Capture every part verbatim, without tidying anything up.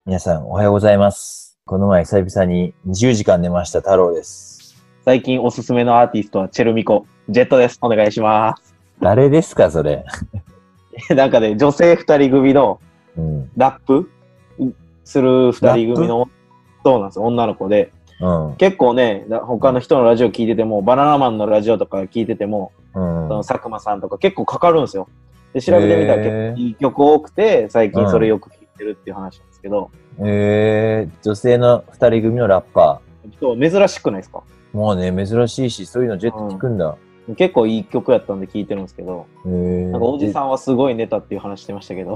皆さんおはようございます。この前久々ににじゅうじかん寝ました太郎です。 最近おすすめのアーティストはチェルミコ、ジェットです。お願いします。 誰ですかそれ。 なんかね、女性二人組のラップする二人組の、そうなんですよ、女の子で。うん、結構ね、他の人のラジオ聞いてても、バナナマンのラジオとか聞いてても、うん、その佐久間さんとか結構かかるんですよ。で、調べてみたら結構いい曲多くて、最近それよく聴いてるっていう話なんですけど。 へ、うん、えー、女性の二人組のラッパー。そう、珍しくないですか？ もうね、珍しいし、そういうのジェット聞くんだ。 うん、結構いい曲やったんで聴いてるんですけど、へー、なんかおじさんはすごい寝たっていう話してましたけど。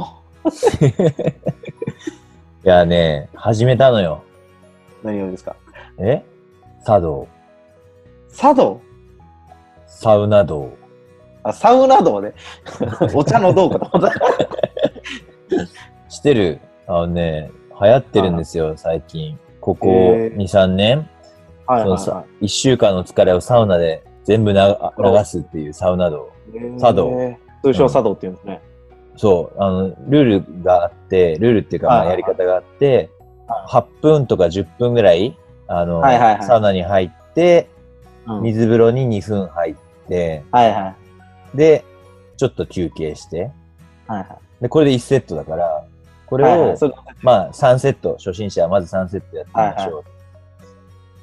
いやね、始めたのよ。 何をですか？ え茶道。 茶道？ サウナ道。 あ、サウナ道ね。お茶の道かと思った。 知ってる？あのね、流行ってるんですよ、最近。ここに、さんねん。はいはいはい、いっしゅうかんの疲れをサウナで全部な流すっていうサウナ道。茶道。 通称茶道っていうんですね。 うん、そう。あの、ルールがあって、ルールっていうか、まあやり方があって、はっぷんとかじゅっぷんぐらい、あの、はいはいはい、サウナに入って、うん、水風呂ににふん入って、はいはい、で、ちょっと休憩して、はいはい、で、これでいちセットだから、これを、はいはい、まあさんセット、初心者はまずさんセットやってみましょう。はいはい、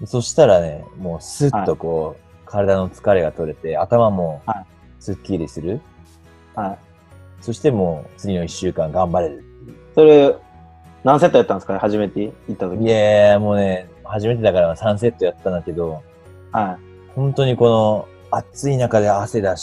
そしたらね、もうスッとこう、はい、体の疲れが取れて、頭もスッキリする。はい。そしてもう次のいっしゅうかん頑張れる。 それ、何セットやったんですかね、初めて行った時。 いやーもうね、初めてだからさんセットやったんだけど、はい。本当にこの暑い中で汗出して、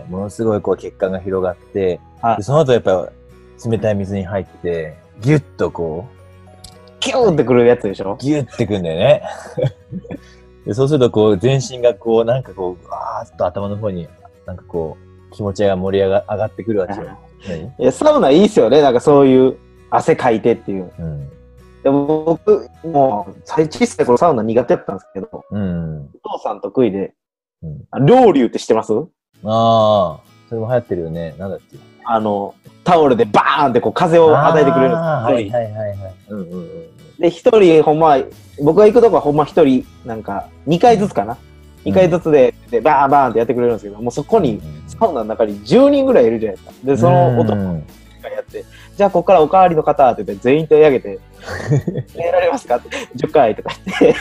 ものすごいこう血管が広がって、はい、でその後やっぱ冷たい水に入って、ギュッとこう、 キューってくるやつでしょ？ ギュッてくんだよね。でそうするとこう全身がこうなんかこう、わーっと頭の方になんかこう気持ちが盛り上が上がってくるわけよ。 いや、サウナいいっすよね。なんかそういう汗かいてっていう。うん、でも僕、もう、最小さい頃サウナ苦手だったんですけど、うん、お父さん得意で、うん、ロウリュって知ってます？ ああ、それも流行ってるよね。なんだっけ？ あの、タオルでバーンってこう風を与えてくれるんですよ。 はいはいはいはい。うんうんうん、 で、一人、ほんま、僕が行くとこはほんま一人、なんか、二回ずつかな。二、うん、回ずつで、で、バーンバーンってやってくれるんですけど、もうそこに、サウナの中にじゅうにんぐらいいるじゃないですか。で、その男がやって、じゃあここからおかわりの方って言って全員手を挙げて、やられますかって、じゅっかいとか言って、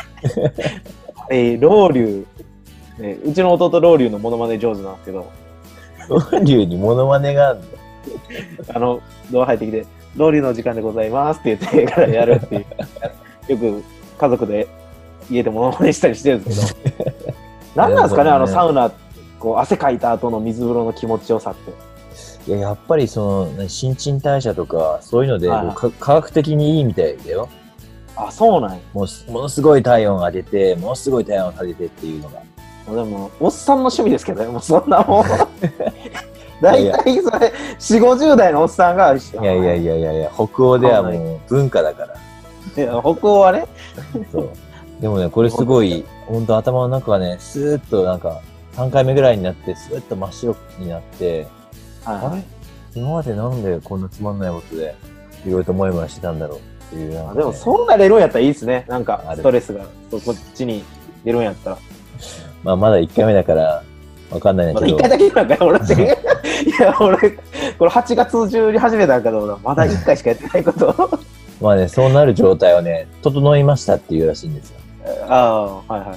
えー、ロウリュ、ね、うちの弟ロウリュのモノマネ上手なんですけど、 ロウリュにモノマネがあるんだ。 あの、ドア入ってきて、ロウリュの時間でございますって言ってからやるっていう、よく家族で家でモノマネしたりしてるんですけど、何なんですかね、あのサウナ、こう汗かいた後の水風呂の気持ちよさって。 いや、やっぱりその、新陳代謝とか、そういうので、科学的にいいみたいだよ。 あ、そうなんや。 もう、ものすごい体温を上げて、ものすごい体温を下げてっていうのが。 でも、おっさんの趣味ですけどね、もうそんなもん。大体それ、よんじゅう、ごじゅう代のおっさんが。 いやいやいやいやいや、北欧ではもう文化だから。 いや、北欧はね。 そう。でもね、これすごい、ほんと頭の中がね、スーッとなんか、さんかいめぐらいになって、スーッと真っ白になって、はいはい、あれ今までなんでこんなつまんないことでいろいろともやもやしてたんだろうっていう、ね、 でもそんな出るんやったらいいですね。なんかストレスがこっちに出るんやったら。 まあまだいっかいめだからわかんないんだけど。 いっかいだけなんかよ俺って。いや俺これはちがつ中に始めたんかどうだ。まだいっかいしかやってないこと。 まあね、そうなる状態をね、整いましたっていうらしいんですよ。 ああ、はいはい。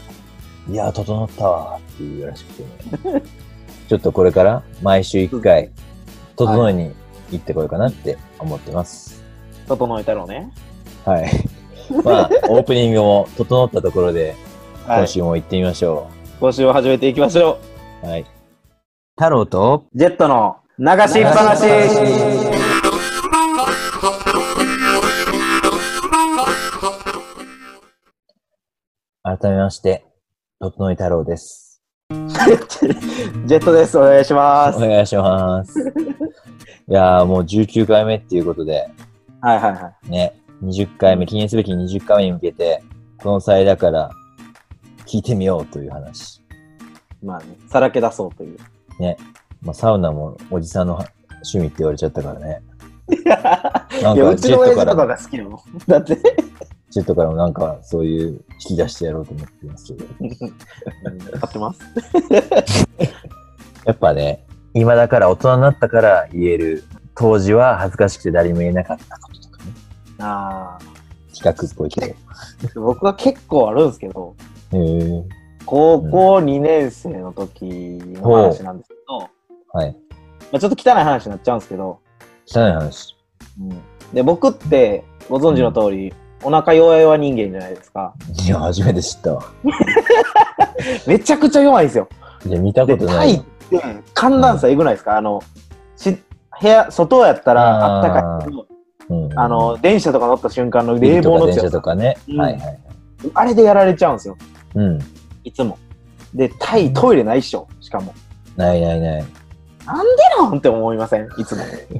いや、整ったわっていうらしくてね。ちょっとこれから毎週いっかい、整いに行ってこようかなって思ってます。 整えたろうね。 はい。まあ、オープニングも整ったところで、今週も行ってみましょう。はい、 今週を始めていきましょう。はい。太郎とジェットの流しっぱなし。 改めまして、整い太郎です。 ジェットです。お願いします。 お願いします。いやーもうじゅうきゅうかいめっていうことで。 はいはいはい。 ね、にじゅっかいめ、記念すべきにじゅっかいめに向けて、この際だから聞いてみようという話。 まあね、さらけ出そうという。 ね、まあ、サウナもおじさんの趣味って言われちゃったからね。 いや、うちの親父とかが好きなの。だって。 ジェットからもなんかそういう引き出してやろうと思ってますけど。 買ってます。 やっぱね、今だから大人になったから言える、当時は恥ずかしくて誰も言えなかったこととかね。 ああ。 企画っぽいけど。僕は結構あるんですけど、 へー、 高校にねん生の時の話なんですけど、 はい。 まあ、ちょっと汚い話になっちゃうんですけど、 汚い話。 うん、で、僕ってご存知の通り、うん、お腹弱々人間じゃないですか。 いや、初めて知ったわ。 めちゃくちゃ弱いんですよ。 いや、見たことない。 タイって寒暖差えぐないですか、うん、あの、し部屋、外やったらあったかいけど、うん、あの、電車とか乗った瞬間の冷房の強さ。 電車とかね。うん、はいはいはい。 あれでやられちゃうんですよ。 うん。 いつも。で、タイトイレないっしょ、しかも。 ないないない。 なんでなんって思いませんいつも。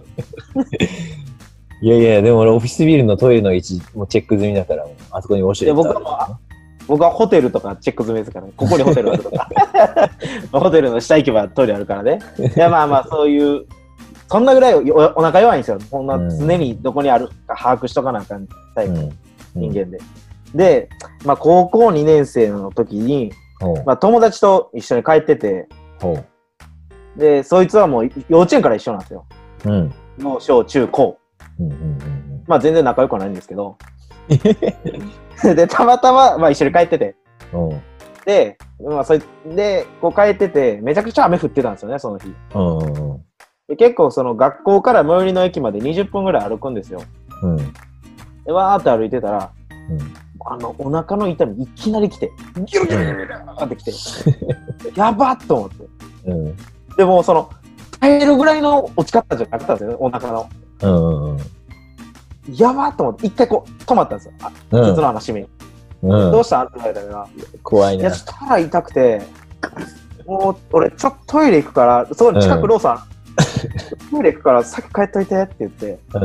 いやいや、でも俺オフィスビルのトイレの位置もチェック済みだから、あそこに教えて。 僕は、僕はホテルとかチェック済みですからね。ここにホテルあるとか。ホテルの下行けばトイレあるからね。いや、まあまあ、そういう、そんなぐらい お, お腹弱いんですよ。こんな常にどこにあるか把握しとかなあかんタイプ、うん、人間で。で、まあ、高校にねん生の時に、まあ、友達と一緒に帰ってて、で、そいつはもう幼稚園から一緒なんですよ。 うん。 もう小中高。 うんうんうん、 まあ全然仲良くはないんですけど。で、たまたま、まあ一緒に帰ってて。で、まあそれで、こう帰ってて、めちゃくちゃ雨降ってたんですよね、その日。で結構その学校から最寄りの駅までにじゅっぷんぐらい歩くんですよ。 うん、 で、わーって歩いてたら、 うん、 あの、お腹の痛みいきなり来て、ギュルギュルギュルギュルって来て、やばっと思って。 うん、 でも、その、耐えるぐらいの落ち方じゃなかったんですよね、お腹の。 うんうん、 やばっと思って、一回こう、止まったんですよ。あ、いつの話に。うん、どうしたんって言われたら、 怖いね。 いや、ちょっと腹痛くて、もう、俺、ちょっとトイレ行くから、そこに近くローさん、うん、トイレ行くから、先帰っといてって言って、 うん、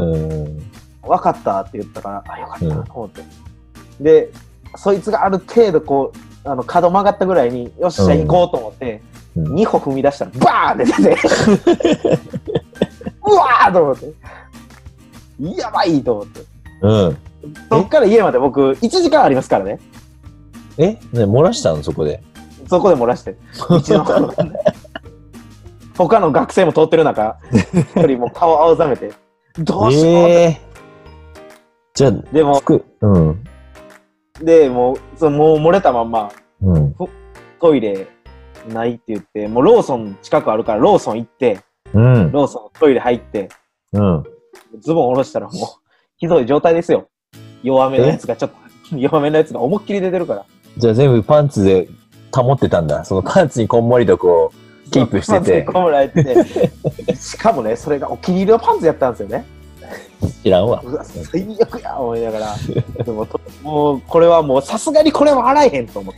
分かったって言ったから、あ、よかったと思って。うん、で、そいつがある程度、こう、あの角曲がったぐらいに、よっしゃ、行こうと思って、うん、に歩踏み出したら、バーンって出て、うわーと思って、やばいと思って。 うん。 そっから家まで僕、いちじかんありますからね。 えね、漏らしたのそこで。 そこで漏らして。の他の学生も通ってる中、一人もう顔青ざめて、どうしようって。えー、じゃあ、 でも、 うん。 で、もう、そのもう漏れたまんま、 うん、 トイレないって言って、もうローソン近くあるからローソン行って、 うん、 ローソントイレ入って、 うん、 ズボン下ろしたらもう、ひどい状態ですよ。弱めのやつがちょっと、弱めのやつが思いっきり出てるから。 じゃあ全部パンツで保ってたんだ。そのパンツにこんもりとこう、キープしてて。パンツにこんもり入ってて。しかもね、それがお気に入りのパンツやったんですよね。 知らんわ。 うわ、最悪や思いながら。でも、もう、これはもう、さすがにこれは洗えへんと思って。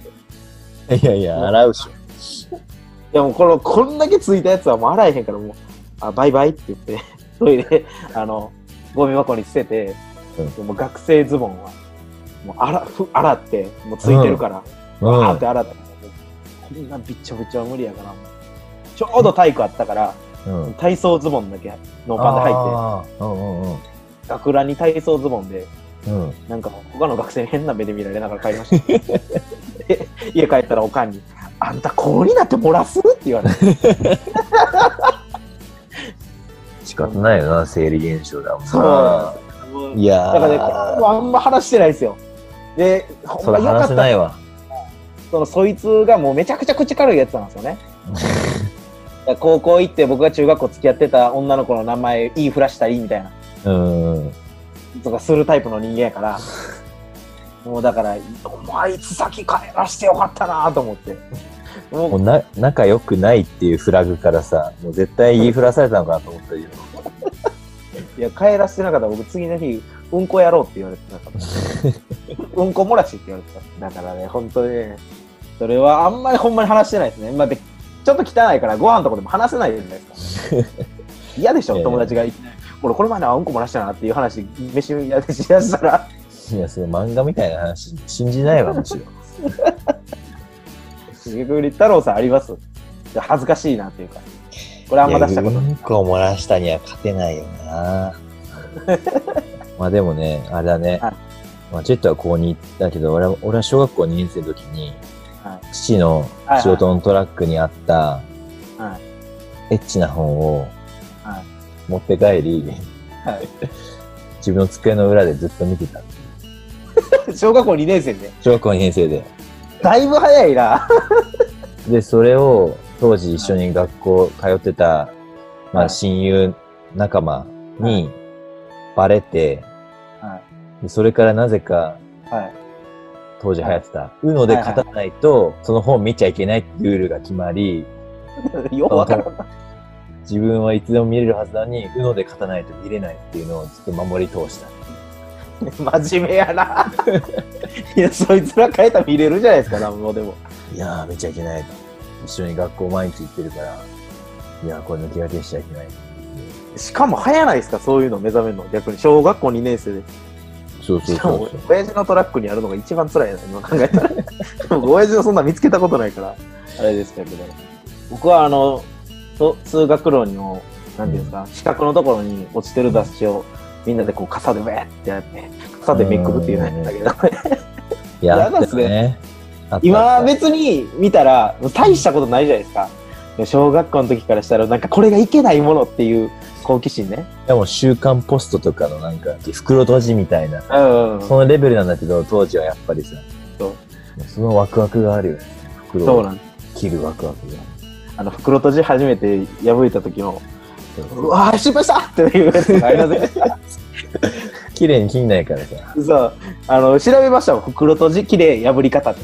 いやいや、洗うしょ。 いやもうこの、こんだけついたやつはもう洗えへんから、もう、あ、バイバイって言って、トイレ、あの、ゴミ箱に捨てて、うん、でも学生ズボンは、もう洗ふ洗って、もうついてるから、うん、わーって洗って、こんなびっちょびちょは無理やから、ちょうど体育あったから、うん、体操ズボンだけノーパンで入って、うんうんうん、学ランに体操ズボンで、うん、なんか他の学生に変な目で見られながら帰りました。で家帰ったらおかんに、あんたこうになって漏らすって言われて。 仕方ないよな、生理現象だもんな。 そう。いやー。だからね、あんま話してないですよ。で、 それ話せないわ。 そのそいつがもうめちゃくちゃ口軽いやつなんですよね。高校行って僕が中学校付き合ってた女の子の名前言いふらしたりみたいな。 うん。 とかするタイプの人間やから。もうだから、お前いつ先帰らしてよかったなと思って。 もうもうな仲良くないっていうフラグからさ、もう絶対言いふらされたのかなと思ったけど。 いや、帰らせてなかったら僕次の日、うんこやろうって言われてなかった。うんこ漏らしって言われてた。だからね、本当にね、それはあんまりほんまに話してないですね。まあ、でちょっと汚いからご飯とかでも話せないじゃないですか。嫌でしょ、友達がいて。俺この前のうんこ漏らしたなっていう話、飯やでしやしたら。 いや、それ漫画みたいな話、信じないわ、むしろ。 逆に太郎さんあります？恥ずかしいなっていうか。これあんま出したことない。 うんこを漏らしたには勝てないよな。 まあでもね、あれだね。はい、まあ、ジェットは高に行ったけど、俺は、俺は小学校にねん生の時に、はい、父の仕事のトラックにあった、はい、エッチな本を持って帰り、はい、自分の机の裏でずっと見てた。 小学校にねん生で小学校にねん生で。 だいぶ早いな。 で、それを当時一緒に学校通ってた、まあ親友仲間にバレて、はい、でそれからなぜか、はい、当時流行ってた、ウノで勝たないとその本見ちゃいけないってルールが決まり、 よくわからんな。 自分はいつでも見れるはずなのに、ウノで勝たないと見れないっていうのをずっと守り通した。 真面目やな。いや、そいつら変えたら見れるじゃないですか、なんもでも。 いやー、見ちゃいけない。一緒に学校毎日行ってるから、いやー、これ抜き分けしちゃいけない。 しかも早ないですか、そういうの目覚めるの。逆に小学校にねん生で。 そうそうそうそう。しかも、 親父のトラックにあるのが一番辛いな、今考えたら。僕、親父のそんな見つけたことないから、あれですけど、僕はあの、通学路の、なんていうんですか、四角のところに落ちてる雑誌を、みんなでこう傘でウェーってやって、傘でめくるっていうのやったけど。 いや、嫌ですね。 今別に見たら大したことないじゃないですか。小学校の時からしたらなんかこれがいけないものっていう好奇心ね。 でも週刊ポストとかのなんか袋閉じみたいな、うんうん、そのレベルなんだけど、当時はやっぱりさ、そうそのワクワクがあるよね。袋を切るワクワクが。 あの袋閉じ初めて破いた時の、うわー失敗したっていうやつがありませんでした。 綺麗に切んないからさ。 そう、あの調べましたもん、袋閉じ綺麗破り方って。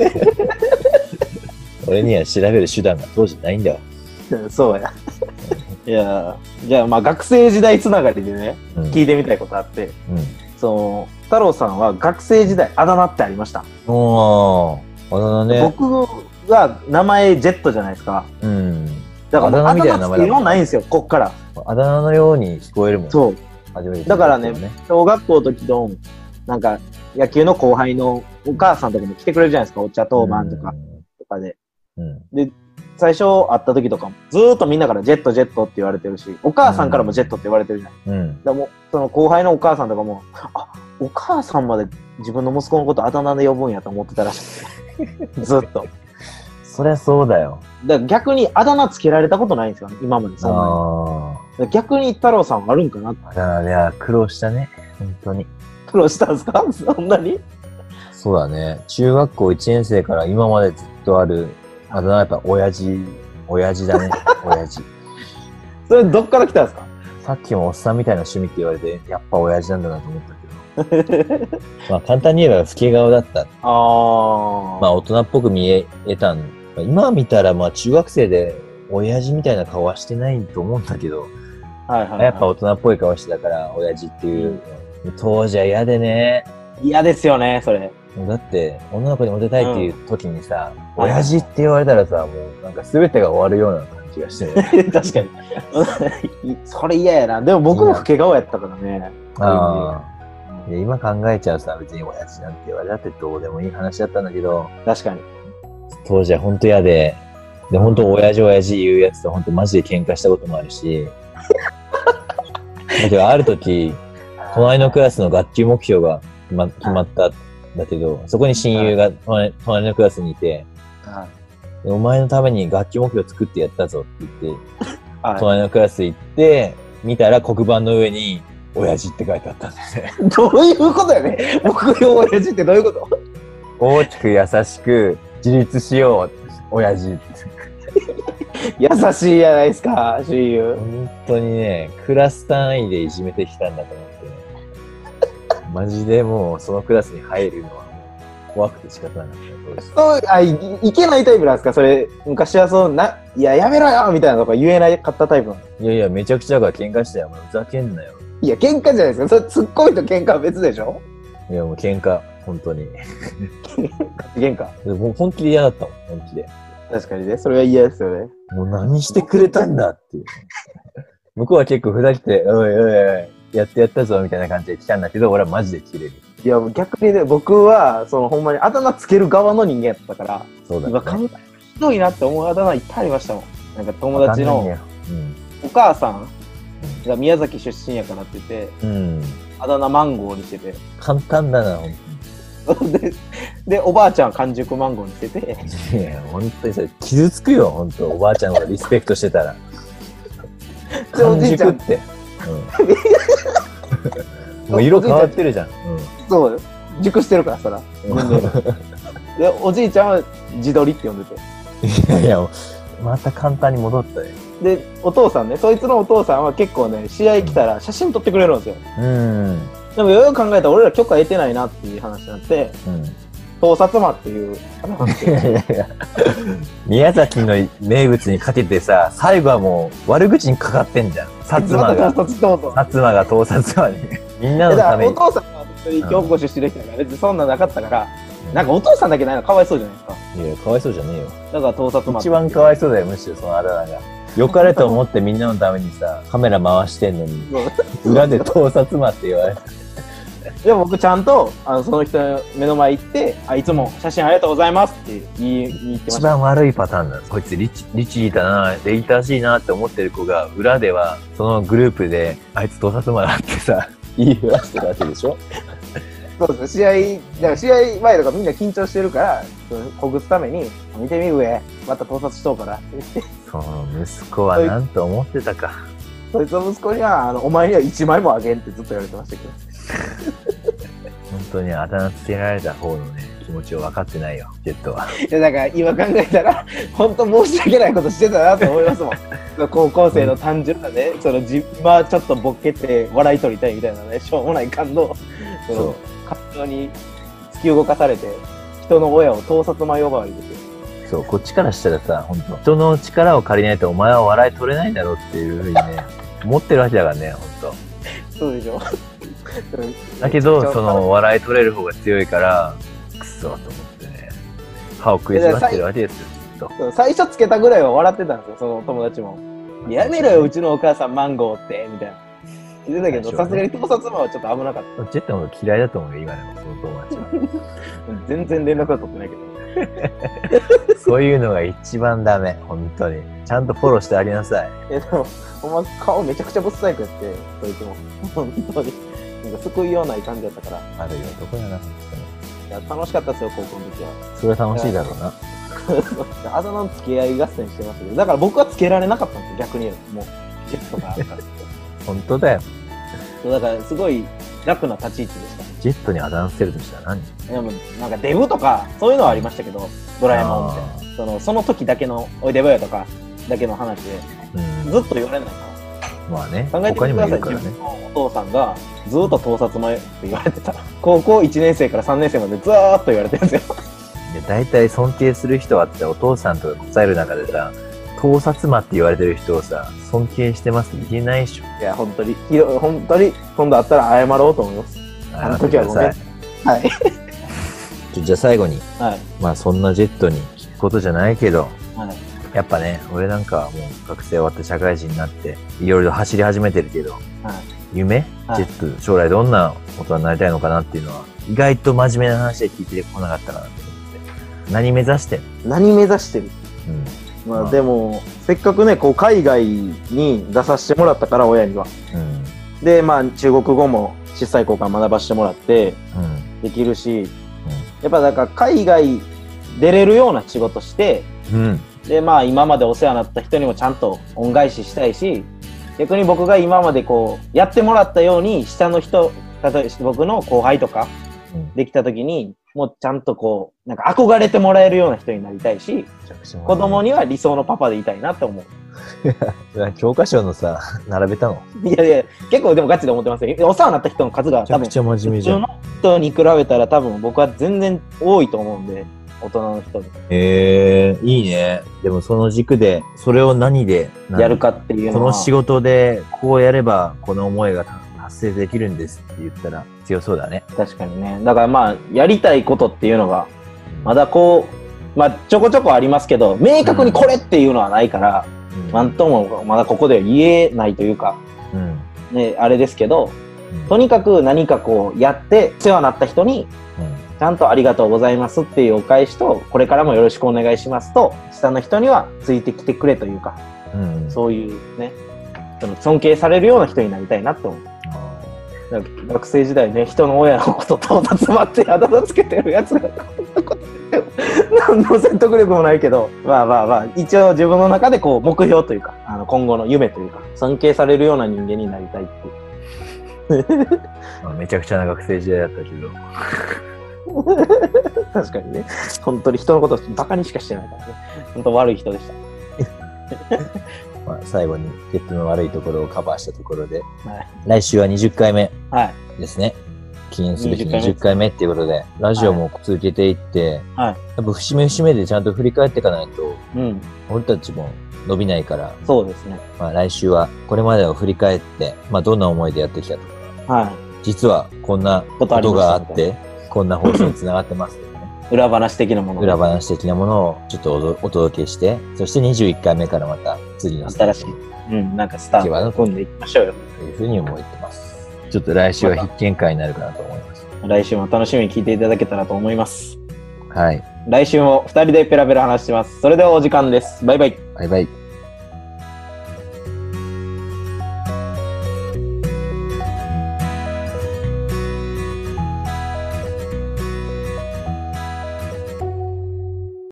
俺には調べる手段が当時ないんだよ。 そうや。いや、じゃあまあ学生時代つながりでね、うん、聞いてみたいことあって、うん、その太郎さんは学生時代あだ名ってありました？ おー、あだ名ね。 僕は名前ジェットじゃないですか。うん。だからあだ名つけようないんですよ、こっから。 あだ名のように聞こえるもん。 そう。初めてだからね、小学校の時のなんか野球の後輩のお母さんとかも来てくれるじゃないですか、お茶当番とかとかで。うん、で最初会った時とかもずーっとみんなからジェットジェットって言われてるし、お母さんからもジェットって言われてるじゃない。うん、でもその後輩のお母さんとかも、あ、お母さんまで自分の息子のことあだ名で呼ぶんやと思ってたらしくて、ずっと。 そりゃそうだよ。 だから逆にあだ名つけられたことないんですよね、今までそんなに。逆に太郎さんあるんかなって。 あだ名、いや苦労したね、本当に。 苦労したんですか、そんなに。 そうだね、中学校いちねん生から今までずっとあるあだ名、やっぱ親父、親父だね、親父。 それどっから来たんですか？ さっきもおっさんみたいな趣味って言われて、やっぱ親父なんだなと思ったけど。まあ簡単に言えば老け顔だった。ああ。まあ大人っぽく見えたん。今見たらまあ中学生で親父みたいな顔はしてないと思うんだけど、はいはいはい、やっぱ大人っぽい顔してたから親父っていう、うん、当時は嫌でね。 嫌ですよね、それ。 だって女の子にモテたいっていう時にさ、うん、親父って言われたらさ、もうなんか全てが終わるような感じがして、ね、 確かに。それ嫌やな。でも僕も老け顔やったからね。ああ。今考えちゃうさ、別に親父なんて言われたってどうでもいい話だったんだけど。 確かに。 当時は本当嫌で、で、本当親父親父言うやつと本当マジで喧嘩したこともあるし、だけどある時、隣のクラスの学級目標が決ま、決まったんだけど、そこに親友が隣、隣のクラスにいて、お前のために学級目標作ってやったぞって言って、隣のクラス行って、見たら黒板の上に、親父って書いてあったんですね。 どういうことやね。目標親父ってどういうこと？ 大きく優しく自立しよう、親父。 優しいじゃないですか、親友。 本当にね、クラス単位でいじめてきたんだと思ってね。マジでもうそのクラスに入るのはもう怖くて仕方なかった。 そう、あ、い、いけないタイプなんですか、それ。昔はそうな、いや、やめろよみたいなとか言えなかったタイプなの？ いやいや、めちゃくちゃだから喧嘩したよ。ふざけんなよ。 いや、喧嘩じゃないですか。それ、ツッコミと喧嘩は別でしょ？ いや、もう喧嘩、本当に。 喧嘩。 もう本気で嫌だったもん、本気で。 確かにね、それは嫌ですよね。 もう何してくれたんだっていう。向こうは結構ふざけて、おいおいおい、やってやったぞみたいな感じで来たんだけど、俺はマジでキレる。 いや、逆にね、僕は、そのほんまにあだ名つける側の人間やったから、そうだね、今考えひどいなって思うあだ名いっぱいありましたもん。なんか友達のお母さんが宮崎出身やからって言って、 うん、 あだ名マンゴーにしてて。 簡単だな、ほんとで、で、おばあちゃんは完熟マンゴーにしてて。 いや、本当にそれ傷つくよ、本当おばあちゃんがリスペクトしてたら。完熟って。うん、もう色変わってるじゃん。うん、 そうよ。熟してるからさら。で、おじいちゃんは地鶏って呼んでて。 いやいや、また簡単に戻ったよ。 で、お父さんね、そいつのお父さんは結構ね、試合来たら写真撮ってくれるんですよ。うん。でもよく考えたら俺ら許可得てないなっていう話になって、うん、盗撮魔っていう。いやいやいや、 宮崎の名物にかけてさ、最後はもう悪口にかかってんじゃん。薩摩が。薩摩が盗撮魔に。みんなのために。 お父さんは本当に強固出身できたから別にそんななかったから、うん、なんかお父さんだけないのかわいそうじゃないですか。いや、かわいそうじゃねえよ。 だから盗撮魔。 一番かわいそうだよ、むしろそのあだ名が。よかれと思ってみんなのためにさ、カメラ回してんのに、裏で盗撮魔って言われて。 でも僕ちゃんとあのその人の目の前行ってあ、いつも写真ありがとうございますって言い、言ってました。 一番悪いパターンだ。こいつリチ、リチだな、礼儀正しいなって思ってる子が、裏ではそのグループで、あいつ盗撮魔だってさ、言いふらしてるわけでしょ。 そうです。試合、だから試合前とかみんな緊張してるから、ほぐすために、見てみ上、また盗撮しとうからって言って。 そう、息子は何と思ってたか。 そいつの息子には、あの、お前には一枚もあげんってずっと言われてましたけど。 本当にあだ名つけられた方のね、気持ちを分かってないよ、ジェットは。 いや、だから今考えたら、本当申し訳ないことしてたなと思いますもん。高校生の単純なね、その今ちょっとボケて笑い取りたいみたいなね、しょうもない感動。その感情に突き動かされて、人の親を盗撮魔呼ばわりですよ。そう、こっちからしたらさ、本当人の力を借りないとお前は笑い取れないんだろうっていうふうにね、思ってるわけだからね、本当。そうでしょ。 だけど、その笑い取れる方が強いから、くそと思ってね、歯を食いしばってるわけですよ、 ずっと。最初つけたぐらいは笑ってたんですよ、その友達も。やめろよ、うちのお母さんマンゴーって、みたいな。言ってたけど、さすがに盗撮魔はちょっと危なかった。 ジェットの方が嫌いだと思うよ、今でも、その友達は。 全然連絡は取ってないけど。 そういうのが一番ダメ、本当に。ちゃんとフォローしてあげなさい。 え、でも、お前顔めちゃくちゃブスサイクやって、そいつも。本当に。なんか救いようない感じだったから。 あるよ、どこやな、本当に。いや、楽しかったですよ、高校の時は。 それは楽しいだろうな。 あだ名の付き合い合戦してましたけど、だから僕はつけられなかったんですよ、逆に言うと。もう、ジェットがあるから。 本当だよ。 そう、だからすごい楽な立ち位置でした。 ジェットにあだ名つけるとしたら何？ でも、なんかデブとか、そういうのはありましたけど、ドラえもんみたいな。その、その時だけの、おいデブよとか、だけの話で、うん、ずっと言われないから。 まあね、 考えてください、自分のお父さんがずっと盗撮前って言われてた。高校いちねん生からさんねん生までずーっと言われてるんですよ。 いや、大体尊敬する人はってお父さんとか答える中でさ、盗撮魔って言われてる人をさ、尊敬してますって言えないでしょ。 いや、本当に、本当に、今度会ったら謝ろうと思います。あの時はごめん。はい。 じゃあ最後に、はい、まあそんなジェットに聞くことじゃないけど、はい、やっぱね、俺なんかはもう学生終わって社会人になって、いろいろ走り始めてるけど、はい、夢、はい、ジェット、将来どんな大人になりたいのかなっていうのは、意外と真面目な話で聞いてこなかったかなと思って。何目指してる？ 何目指してる？うん。まあでも、せっかくね、こう海外に出させてもらったから、親には。うん、で、まあ中国語も小さい頃から学ばせてもらって、うん、できるし、うん、やっぱだから海外出れるような仕事して、うん、でまあ今までお世話になった人にもちゃんと恩返ししたいし、逆に僕が今までこうやってもらったように下の人、例えば僕の後輩とかできた時に、もうちゃんとこうなんか憧れてもらえるような人になりたいし、子供には理想のパパでいたいなって思う。 いや教科書のさ並べたの？ いやいや結構でもガチで思ってますよ。お世話になった人の数が多分めちゃくちゃ真面目じゃん。 普通の人に比べたら多分僕は全然多いと思うんで、大人の人に。 へえー、いいね。でもその軸でそれを何でやるかっていうのは、 この仕事でこうやればこの思いが達成できるんですって言ったら強そうだね。 確かにね。だからまあやりたいことっていうのがまだこう、まあちょこちょこありますけど、明確にこれっていうのはないから、うん、なんともまだここで言えないというか、うん、ね、あれですけど、うん、とにかく何かこうやって世話になった人に、うん、ちゃんとありがとうございますっていうお返しと、これからもよろしくお願いしますと、下の人にはついてきてくれというか、うん、そういうね、 その尊敬されるような人になりたいなって思う。学生時代ね、人の親のことと集まってあだ名つけてるやつがこんなこと言って何の説得力もないけど、まあまあまあ一応自分の中でこう目標というか、あの今後の夢というか、尊敬されるような人間になりたいっていうまあめちゃくちゃな学生時代だったけど確かにね、本当に人のことバカにしかしてないからね、本当悪い人でしたまあ最後にゲットの悪いところをカバーしたところで、はい、来週はにじゅっかいめですね、はい、記念すべきにじゅっかいめっていうことで、ラジオも続けていって、はい、やっぱ節目節目でちゃんと振り返っていかないと、うん、俺たちも伸びないから、 そうですね。 まあ来週はこれまでを振り返って、まあどんな思いでやってきたとか、はい、実はこんなことがあって、こんな放送につながってます、ね、 裏話的なもの。 裏話的なものをちょっとお届けして、そしてにじゅういっかいめからまた次の新しい、うん、なんかスタートを組んでいきましょうよ。 というふうに思ってます。ちょっと来週は必見会になるかなと思います。 来週も楽しみに聞いていただけたらと思います。 はい。 来週もふたりでペラペラ話してます。それではお時間です。バイバイ。 バイバイ。